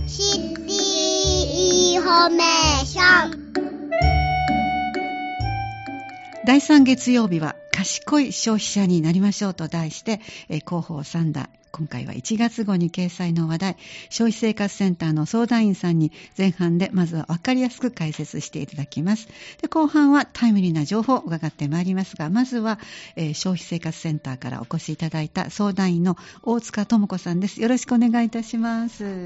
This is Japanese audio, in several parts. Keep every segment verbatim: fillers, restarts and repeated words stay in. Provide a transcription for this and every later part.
シティインフォメーション。 だいさん月曜日は賢い消費者になりましょうと題して、えー、広報さんだ今回はいちがつ号に掲載の話題、消費生活センターの相談員さんに前半でまずは分かりやすく解説していただきます。で、後半はタイムリーな情報を伺ってまいりますが、まずは、えー、消費生活センターからお越しいただいた相談員の大塚智子さんです。よろしくお願いいたします。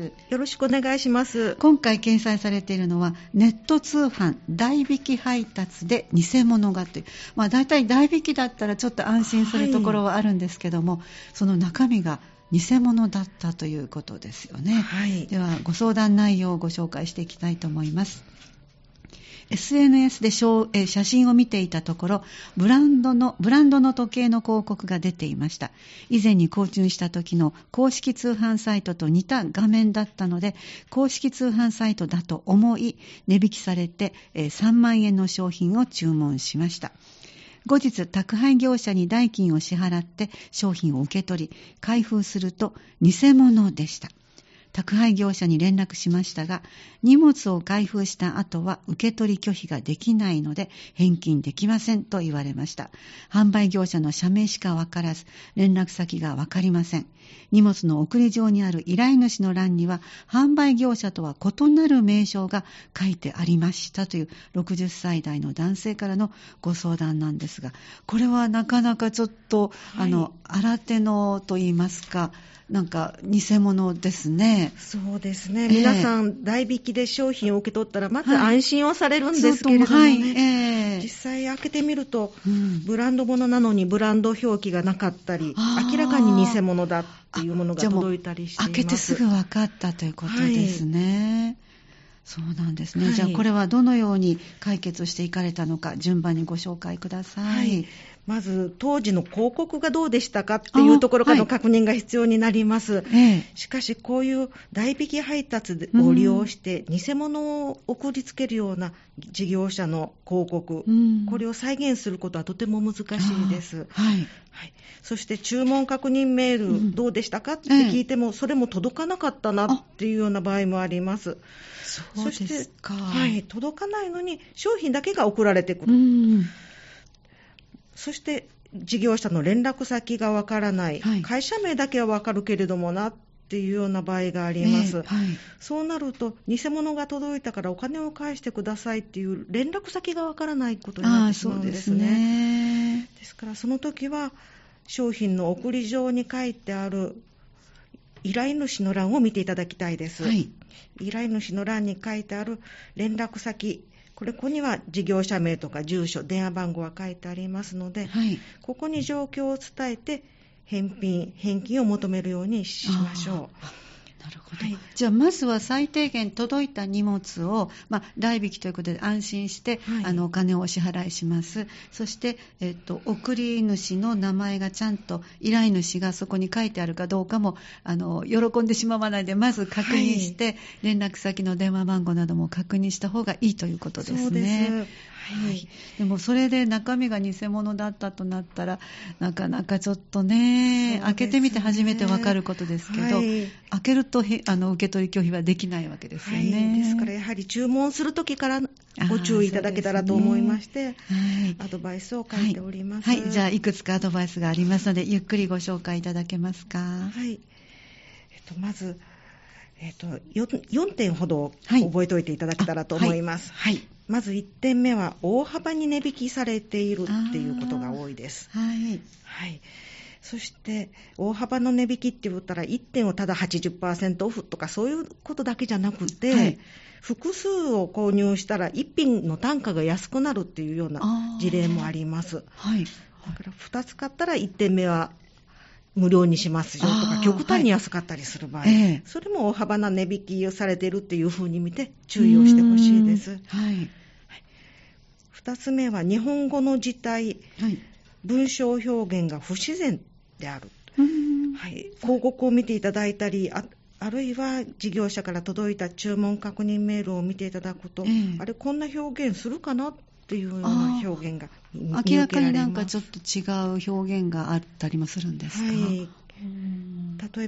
よろしくお願いします。 今回掲載されているのはネット通販代引き配達で偽物がという、まあ、だいたい代引きだったらちょっと安心するところはあるんですけども、はい、その中身が偽物だったということですよね。はい、ではご相談内容をご紹介していきたいと思います。エスエヌエス で写真を見ていたところ、ブランドのブランドの時計の広告が出ていました。以前に購入した時の公式通販サイトと似た画面だったので、公式通販サイトだと思い値引きされてさんまんえんの商品を注文しました。後日宅配業者に代金を支払って商品を受け取り開封すると偽物でした。宅配業者に連絡しましたが、荷物を開封した後は受け取り拒否ができないので返金できませんと言われました。販売業者の社名しかわからず連絡先がわかりません。荷物の送り状にある依頼主の欄には販売業者とは異なる名称が書いてありましたというろくじゅっさい代の男性からのご相談なんですが、これはなかなかちょっと、はい、あの新手のと言いますか、なんか偽物ですね。 そうですね、えー、皆さん代引きで商品を受け取ったらまず安心をされるんですけれどもね、はいはいえー、実際開けてみると、うん、ブランド物なのにブランド表記がなかったり明らかに偽物だっていうものが届いたりしています。 開けてすぐ分かったということですね、はい、そうなんですね、はい、じゃあこれはどのように解決していかれたのか順番にご紹介ください。はい、 まず当時の広告がどうでしたかっていうところからの確認が必要になります、はい、しかしこういう代引き配達を利用して偽物を送りつけるような事業者の広告、うん、これを再現することはとても難しいです、はいはい、そして注文確認メールどうでしたかって聞いても、うん、それも届かなかったなっていうような場合もあります。 そうですか。 そして、はい、届かないのに商品だけが送られてくる、うんそして事業者の連絡先がわからない、はい、会社名だけはわかるけれどもなっていうような場合があります、えーはい、そうなると偽物が届いたからお金を返してくださいっていう連絡先がわからないことになってしまうんですね。ですね。ですからその時は商品の送り状に書いてある依頼主の欄を見ていただきたいです、はい、依頼主の欄に書いてある連絡先、これここには事業者名とか住所、電話番号が書いてありますので、はい、ここに状況を伝えて返品、返金を求めるようにしましょう。 なるほど、はい、じゃあまずは最低限届いた荷物を、まあ、代引きということで安心して、はい、あのお金をお支払いします。そして、えっと、送り主の名前がちゃんと依頼主がそこに書いてあるかどうかもあの喜んでしまわないでまず確認して、はい、連絡先の電話番号なども確認した方がいいということですね。そうです。はい、でもそれで中身が偽物だったとなったらなかなかちょっと ね, ね開けてみて初めて分かることですけど、はい、開けるとあの受け取り拒否はできないわけですよね、 はい、ですからやはり注文するときからご注意いただけたらと思いまして、ねはい、アドバイスを書いております、 はいはい、じゃあいくつかアドバイスがありますのでゆっくりご紹介いただけますか。 はい、えっと、まず、えっと、よんてんほど覚えておいていただけたらと思います、はいはい、まずいってんめは大幅に値引きされているっていうことが多いです、はいはい、そして大幅の値引きって言ったらいってんをただ はちじゅっパーセント オフとかそういうことだけじゃなくて、はい、複数を購入したらいっぴんの単価が安くなるっていうような事例もあります、はい、だからふたつ買ったらいってんめは無料にしますよとか極端に安かったりする場合、はいええ、それも大幅な値引きをされているっていうふうに見て注意をしてほしいです、はいはい、ふたつめは日本語の字体、はい、文章表現が不自然である、はい、広告を見ていただいたり あ, あるいは事業者から届いた注文確認メールを見ていただくと、ええ、あれこんな表現するかなっていうような表現が明らかになんかちょっと違う表現があったりもするんですか。はい、 例えば化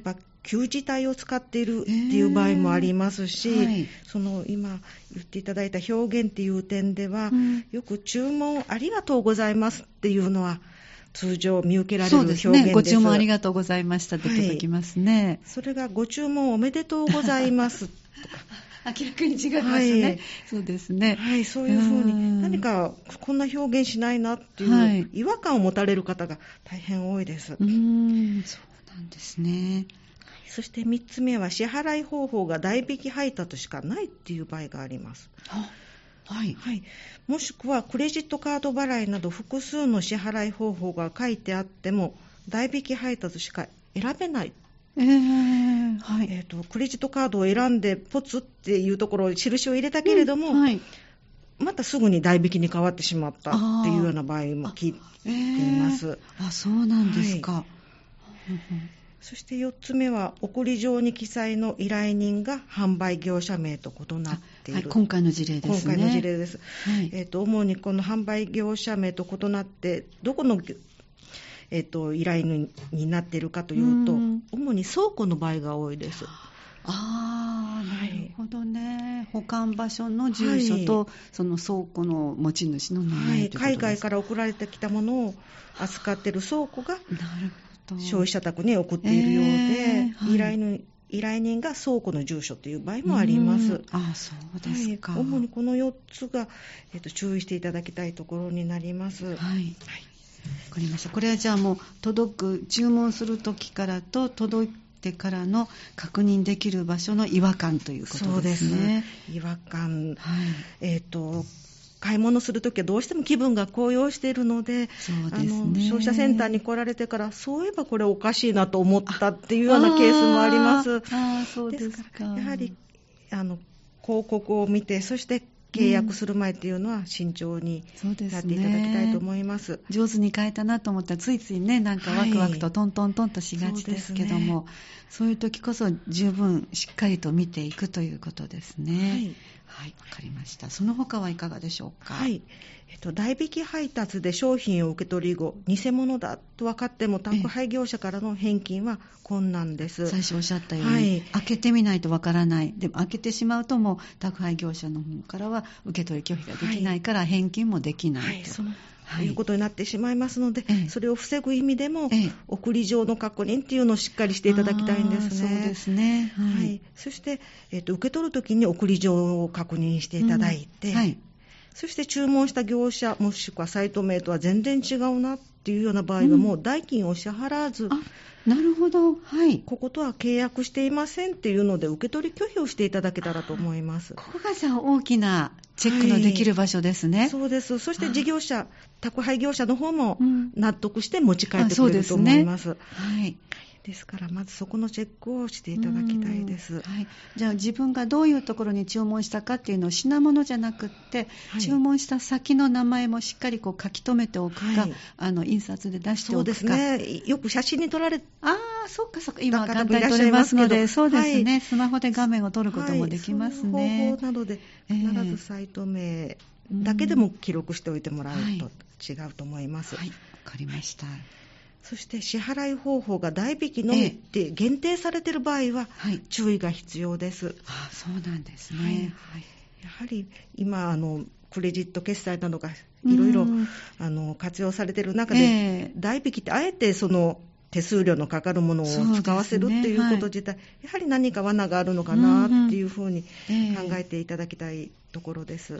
旧字体を使っているっていう場合もありますし、 えーはい、 その今言っていただいた表現っていう点では、うん、よく注文ありがとうございますっていうのは通常見受けられる表現です。 そうですね。ご注文ありがとうございましたって届きますね。はい、 それがご注文おめでとうございますとか。 明らかに違いますね。はい、そうですね。 はい、そういうふうに何かこんな表現しないなっていう違和感を持たれる方が大変多いです。 うーん、そうなんですね。 そしてみっつめは支払い方法が代引き配達しかないっていう場合があります。はいはい、もしくはクレジットカード払いなど複数の支払い方法が書いてあっても代引き配達しか選べない。えーはいえー、とクレジットカードを選んでポツっていうところに印を入れたけれども、うんはい、またすぐに代引きに変わってしまったっていうような場合も聞いています。 あ、えー、あそうなんですか。はいそしてよっつめは送り状に記載の依頼人が販売業者名と異なっている、はい、 今回の事例ですね。 今回の事例です、はいえー、と主にこの販売業者名と異なってどこの、えー、と依頼人になっているかというと、う主に倉庫の場合が多いです。 ああ、なるほどね。保管場所の住所と、はい、その倉庫の持ち主の名前、はい、 海外から送られてきたものを扱っている倉庫がなるほど消費者宅に送っているようで、えーはい、依頼の依頼人が倉庫の住所という場合もあります。 あ、そうですか。 はい、主にこのよっつが、えー、と注意していただきたいところになります。はい。はい、わかりました。これはじゃあもう届く注文するときからと届いてからの確認できる場所の違和感ということですね。そうですね。 違和感。はい。えっ、ー、と。買い物するときはどうしても気分が高揚しているので、 そうですね、あの消費者センターに来られてからそういえばこれおかしいなと思ったっていうようなケースもあります。 ああ、そうですか。 やはりあの広告を見てそして契約する前っていうのは慎重にやっていただきたいと思います。うん、 すね、上手に買えたなと思ったらついついねなんかワクワクとトントントンとしがちですけども、はい、そう、ね、そういう時こそ十分しっかりと見ていくということですね。はい、はい、わかりました。その他はいかがでしょうか。 はい、えっと、代引き配達で商品を受け取り後偽物だと分かっても宅配業者からの返金は困難です。 最初おっしゃったように、はい、開けてみないと分からない。でも開けてしまうともう宅配業者の方からは受け取り拒否ができないから返金もできないと、はいはい、そのということになってしまいますので、ええ、それを防ぐ意味でも、ええ、送り状の確認っていうのをしっかりしていただきたいんですね。 そうですね、はいはい、そして、えーと、受け取るときに送り状を確認していただいて、うんはい、そして注文した業者もしくはサイト名とは全然違うなっていうような場合は、うん、もう代金を支払わず、 あ、なるほど、はい、 こことは契約していませんっていうので受け取り拒否をしていただけたらと思います。 ここがじゃあ大きなチェックのできる場所ですね。はい、 そうです。そして事業者、宅配業者の方も納得して持ち帰ってくれると思います。 うん、ですね、はい。 ですからまずそこのチェックをしていただきたいです。 はい、じゃあ自分がどういうところに注文したかっていうのを品物じゃなくって、はい、注文した先の名前もしっかりこう書き留めておくか、はい、あの印刷で出しておくか。 そうですね。よく写真に撮られああ、そうかそうか。今は簡単に撮れますので、そうですね、はい。スマホで画面を撮ることもできますね。はい、 そういう方法などで必ずサイト名だけでも記録しておいてもらうと違うと思います。 はい、わかりました。 そして支払い方法が代引きのみって限定されている場合は注意が必要です。はい、 ああ、そうなんですね。 はいはい、やはり今あのクレジット決済などがいろいろあの活用されている中で、えー、代引きってあえてその手数料のかかるものを使わせるっていうこと自体、ねはい、やはり何か罠があるのかなっていうふうに考えていただきたいところです。 はい、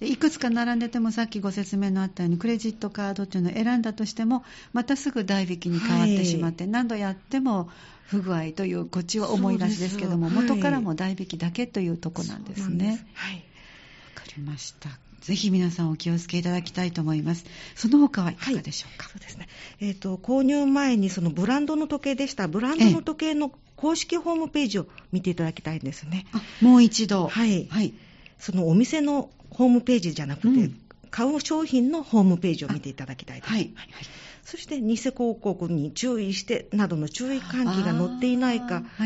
いくつか並んでてもさっきご説明のあったようにクレジットカードっていうのを選んだとしてもまたすぐ代引きに変わってしまって、はい、何度やっても不具合というこっちは思いがちですけども、元からも代引きだけというところなんですね。はい、わかりました。ぜひ皆さんお気をつけいただきたいと思います。その他はいかがでしょうか。 はい、そうですね。えーと、購入前にそのブランドの時計でしたブランドの時計の公式ホームページを見ていただきたいんですね。 あ、もう一度。 はい。はい。そのお店のホームページじゃなくて、うん、買う商品のホームページを見ていただきたいです。はい。はい、そして偽広告に注意してなどの注意喚起が載っていないか、はい、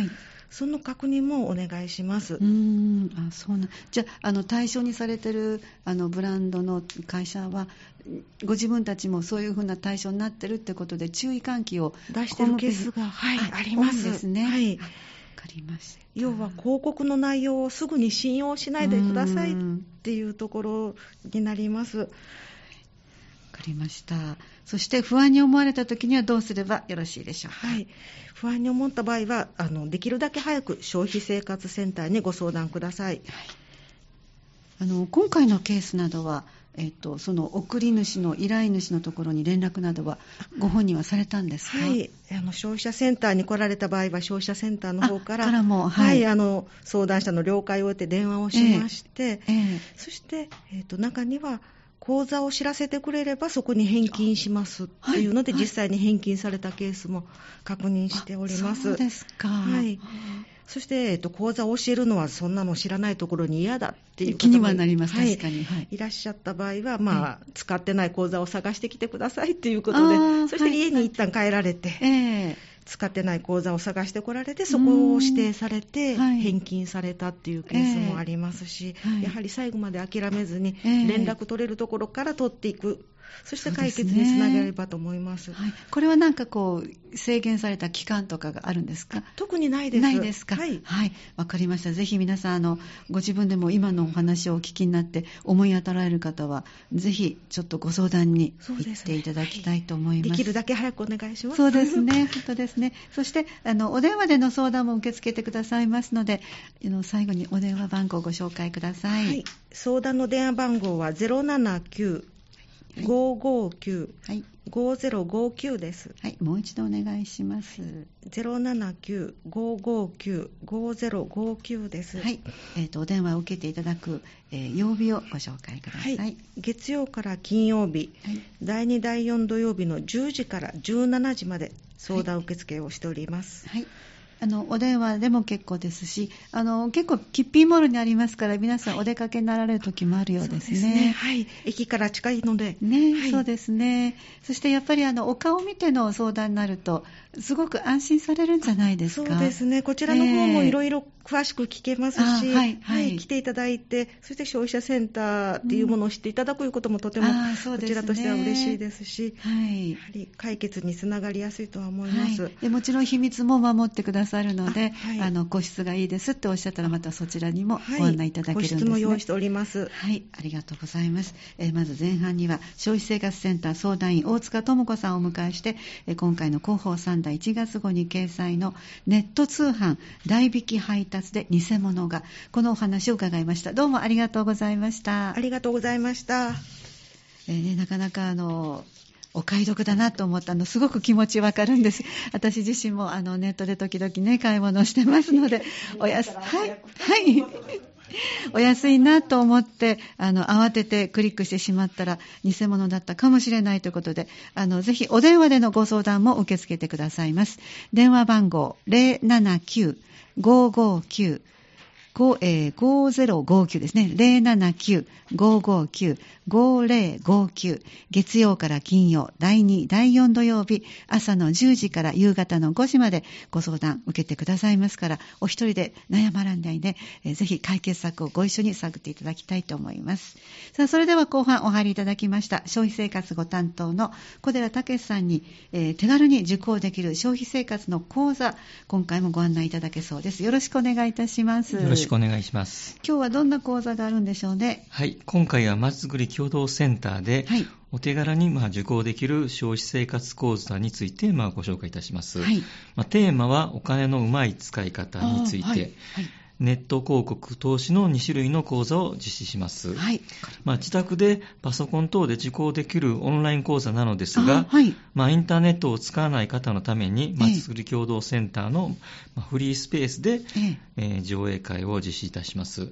その確認もお願いします。 うーん、あ、そうなん。じゃあ、あの対象にされてるあのブランドの会社はご自分たちもそういうふうな対象になってるってことで注意喚起を出してるケースが、はい、あ, あります。 多いですね。 はい。 わかりました。 要は広告の内容をすぐに信用しないでくださいっていうところになります。 わかりました。そして不安に思われたときにはどうすればよろしいでしょうか。 はい、不安に思った場合はあのできるだけ早く消費生活センターにご相談ください。はい、 あの今回のケースなどは、えっと、その送り主の依頼主のところに連絡などはご本人はされたんですか。 はい、あの消費者センターに来られた場合は消費者センターの方から、 からも、 はいはい、あの相談者の了解を得て電話をしまして、えーえー、そして、えーと、中には口座を知らせてくれればそこに返金しますっていうので、はいはい、実際に返金されたケースも確認しております。 そうですか。 はい、そして、えっと、口座を教えるのはそんなの知らないところに嫌だっていう方も気にはなります、 はい、 確かに、はい、 いらっしゃった場合は、まあ、使ってない口座を探してきてくださいということで、そして家に一旦帰られて、はいはい、使ってない口座を探してこられてそこを指定されて返金されたっていうケースもありますし、はい、やはり最後まで諦めずに連絡取れるところから取っていく、そして解決につなげればと思います。 はい、これはなんかこう制限された期間とかがあるんですか。 特にないです。 ないですか。 はい、 はい、わかりました。ぜひ皆さんあのご自分でも今のお話をお聞きになって思い当たられる方はぜひちょっとご相談に行っていただきたいと思います。 できるだけ早くお願いします。 そうですね、本当ですね。そしてあのお電話での相談も受け付けてくださいますので、あの最後にお電話番号をご紹介ください。はい、 相談の電話番号はゼロななきゅう ごーごーきゅう ごーゼロごーきゅうです。 はい、もう一度お願いします。 ゼロななきゅう ごーごーきゅう ごーゼロごーきゅうです。 はい、えーと、お電話を受けていただく、えー、曜日をご紹介ください。はい、 月曜から金曜日、はい、だいにだいよん土曜日のじゅうじからじゅうしちじまで相談受付をしております。 はいはい、あのお電話でも結構ですし、あの結構キッピーモールにありますから皆さんお出かけになられる時もあるようですね。そうですね、 はい、駅から近いので、 ね、 はい、 そうですね。そしてやっぱりあのお顔を見ての相談になるとすごく安心されるんじゃないですか。 そうですね、こちらの方もいろいろ詳しく聞けますし、はいはいはい、来ていただいて、そして消費者センターっていうものを知っていただくこともとても、こちらとしては嬉しいですし、はい、やはり解決につながりやすいとは思います。はい、 でもちろん秘密も守ってくださるので、あ、はい、あの個室がいいですっておっしゃったらまたそちらにもご案内いただけるんですね。 はい、個室も用意しております。 はい、ありがとうございます。えー、まず前半には消費生活センター相談員大塚智子さんをお迎えして、えー、今回の広報三大いちがつ号に掲載のネット通販代引き配達で偽物が、このお話を伺いました。どうもありがとうございました。 ありがとうございました。 えーね、なかなかあのお買い得だなと思ったのすごく気持ちわかるんです。私自身もあのネットで時々ね買い物をしてますので、おやすはいはいお安いなと思ってあの慌ててクリックしてしまったら偽物だったかもしれないということで、あのぜひお電話でのご相談も受け付けてくださいます。電話番号 ゼロななきゅう ごーごーきゅう ごーゼロごーきゅうですね。ゼロななきゅう ごーごーきゅう ごーゼロごーきゅう、月曜から金曜だいにだいよん土曜日朝のじゅうじから夕方のごじまでご相談受けてくださいますから、お一人で悩まらないで、えー、ぜひ解決策をご一緒に探っていただきたいと思います。さあ、それでは後半お入りいただきました消費生活ご担当の小寺武さんに、えー、手軽に受講できる消費生活の講座、今回もご案内いただけそうです。よろしくお願いいたします。 よろしくお願いします。 今日はどんな講座があるんでしょうね。 はい、今回はまちづくり共同センターで、はい、お手軽にまあ受講できる消費生活講座についてまあご紹介いたします。はい、まあ、テーマはお金のうまい使い方について、はいはい、ネット広告投資のに種類の講座を実施します。はい、まあ、自宅でパソコン等で受講できるオンライン講座なのですが、はい、まあ、インターネットを使わない方のためにまちづくり共同センターのフリースペースで、えええー、上映会を実施いたします。はい、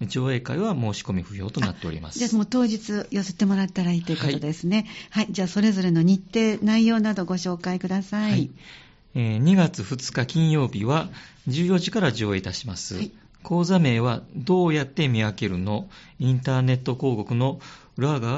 上映会は申し込み不要となっております。 じゃあもう当日寄せてもらったらいいということですね。はい、はい、じゃあそれぞれの日程内容などご紹介ください。はい、 えー、にがつふつか金曜日はじゅうよじから上映いたします。はい、講座名はどうやって見分けるのインターネット広告の裏側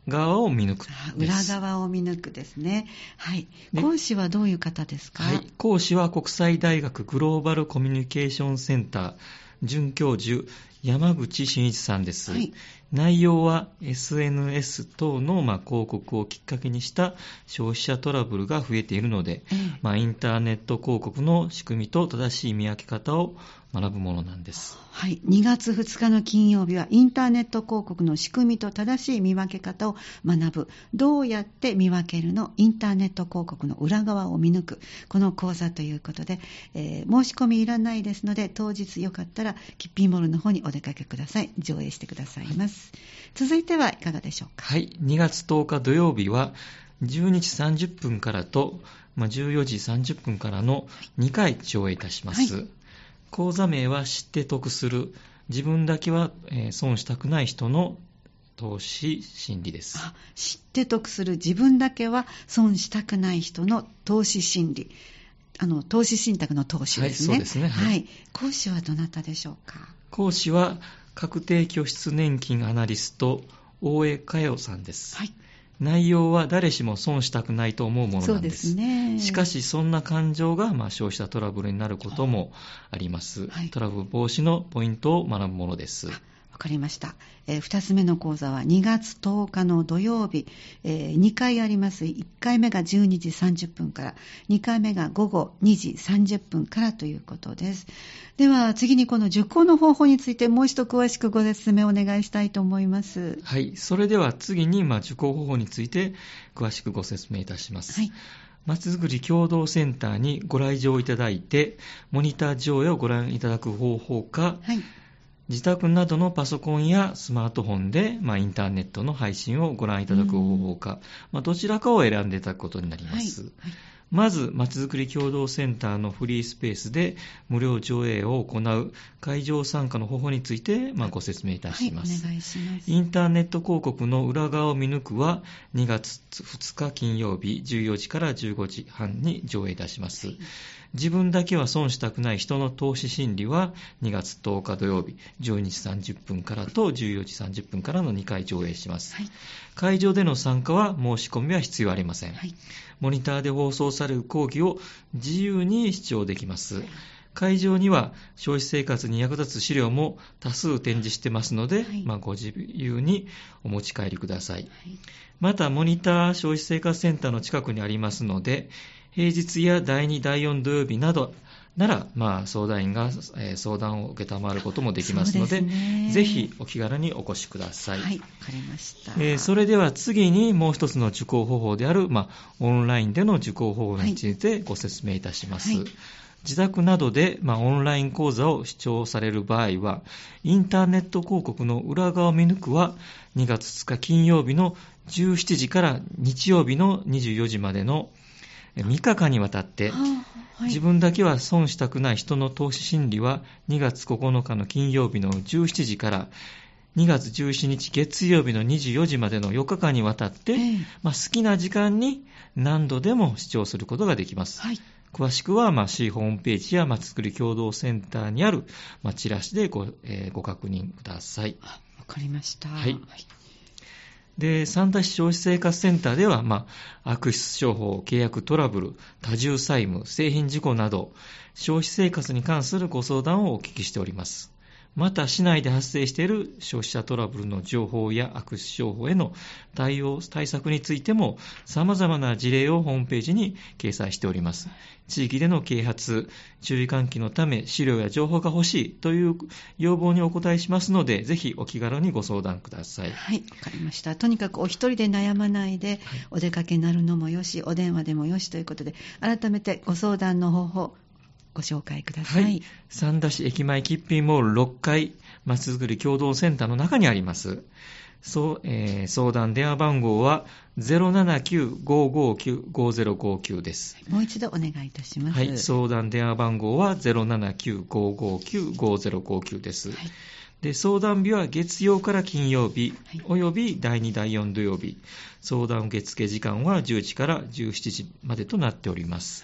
側を見抜くです。 裏側を見抜くですね。はい。講師はどういう方ですか？ はい。講師は国際大学グローバルコミュニケーションセンター准教授山口真一さんです。はい。内容は エスエヌエス 等のまあ広告をきっかけにした消費者トラブルが増えているので、ええまあ、インターネット広告の仕組みと正しい見分け方を学ぶものなんです。 はい、にがつふつかの金曜日はインターネット広告の仕組みと正しい見分け方を学ぶ。どうやって見分けるの？インターネット広告の裏側を見抜く。この講座ということで、えー、申し込みいらないですので、当日よかったらキッピーモールの方にお出かけください。上映してくださいます。続いてはいかがでしょうか？ はい、にがつとおか土曜日はじゅうにじさんじゅっぷんからと、まあ、じゅうよじさんじゅっぷんからのにかい上映いたします。はい、講座名は知って得する、自分だけは損したくない人の投資心理です。 あ、知って得する、自分だけは損したくない人の投資心理。あの投資信託の投資ですね。 はい、そうですね。はい。はい、 講師はどなたでしょうか？ 講師は確定拠出年金アナリスト大江佳代さんです。はい。内容は誰しも損したくないと思うものなんです。そうですね。しかしそんな感情がまあ消費者トラブルになることもあります。はい、トラブル防止のポイントを学ぶものです。 わかりました。えー、ふたつめの講座はにがつとおかの土曜日、えー、にかいあります。いっかいめがじゅうにじさんじゅっぷんから、にかいめがごごにじさんじゅっぷんからということです。では次にこの受講の方法についてもう一度詳しくご説明お願いしたいと思います。 はい、それでは次にまあ受講方法について詳しくご説明いたします。はい。まちづくり共同センターにご来場いただいて、モニター上映をご覧いただく方法か、はい、自宅などのパソコンやスマートフォンで、まあ、インターネットの配信をご覧いただく方法か、まあ、どちらかを選んでいただくことになります。はいはい、まず、まちづくり共同センターのフリースペースで無料上映を行う会場参加の方法について、まあ、ご説明いたします。はい、お願いします。インターネット広告の裏側を見抜くはにがつふつか金曜日じゅうよじからじゅうごじはんに上映いたします。はい、自分だけは損したくない人の投資心理はにがつとおか土曜日じゅうにじさんじゅっぷんからとじゅうよじさんじゅっぷんからのにかい上映します。はい、会場での参加は申し込みは必要ありません。はい、モニターで放送される講義を自由に視聴できます。はい、会場には消費生活に役立つ資料も多数展示してますので、はい、まあ、ご自由にお持ち帰りください。はい、またモニター消費生活センターの近くにありますので、平日やだいに、だいよん土曜日などなら、まあ、相談員が、えー、相談を受けたまわることもできますので、ぜひお気軽にお越しください。 はい、わかりました。 えー、それでは次にもう一つの受講方法である、まあ、オンラインでの受講方法についてご説明いたします。はいはい、自宅などで、まあ、オンライン講座を視聴される場合は、インターネット広告の裏側を見抜くはにがつふつか金曜日のじゅうしちじから日曜日のにじゅうよじまでのみっかかんにわたって、はあはい、自分だけは損したくない人の投資心理はにがつここのかの金曜日のじゅうしちじからにがつじゅうしちにち月曜日のにじゅうよじまでのよっかかんにわたって、ええまあ、好きな時間に何度でも視聴することができます。はい、詳しくは、まあ、市ホームページやまちづくり共同センターにある、まあ、チラシで ご,、えー、ご確認ください。 わかりました。 はい。で、三田市消費生活センターでは、まあ、悪質商法、契約トラブル、多重債務、製品事故など、消費生活に関するご相談をお聞きしております。また、市内で発生している消費者トラブルの情報や悪質商法への対応、対策についても、様々な事例をホームページに掲載しております。地域での啓発、注意喚起のため資料や情報が欲しいという要望にお答えしますので、ぜひお気軽にご相談ください。 はい、わかりました。とにかくお一人で悩まないで、はい、お出かけになるのもよし、お電話でもよしということで、改めてご相談の方法、ご紹介ください。はい、 三田市駅前キッピーモールろっかいまちづくり共同センターの中にあります。そう、えー、相談電話番号は ゼロななきゅう ごーごーきゅう ごーゼロごーきゅう です。 もう一度お願いいたします。 はい、相談電話番号は ゼロななきゅう ごーごーきゅう ごーゼロごーきゅう です。はい、で、相談日は月曜から金曜日、はい、およびだいに、だいよん土曜日。相談受付時間はじゅうじからじゅうしちじまでとなっております。はい、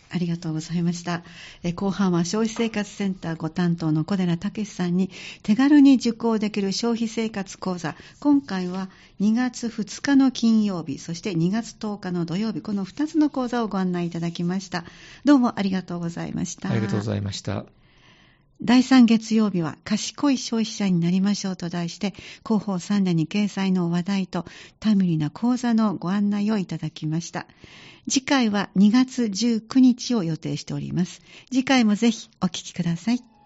ありがとうございました。え後半は消費生活センターご担当の小寺武さんに手軽に受講できる消費生活講座、今回はにがつふつかの金曜日、そしてにがつとおかの土曜日、このふたつの講座をご案内いただきました。どうもありがとうございました。 ありがとうございました。 だいさん月曜日は賢い消費者になりましょうと題して、広報さんねんに掲載の話題とタイムリーな講座のご案内をいただきました。次回はにがつじゅうくにちを予定しております。次回もぜひお聞きください。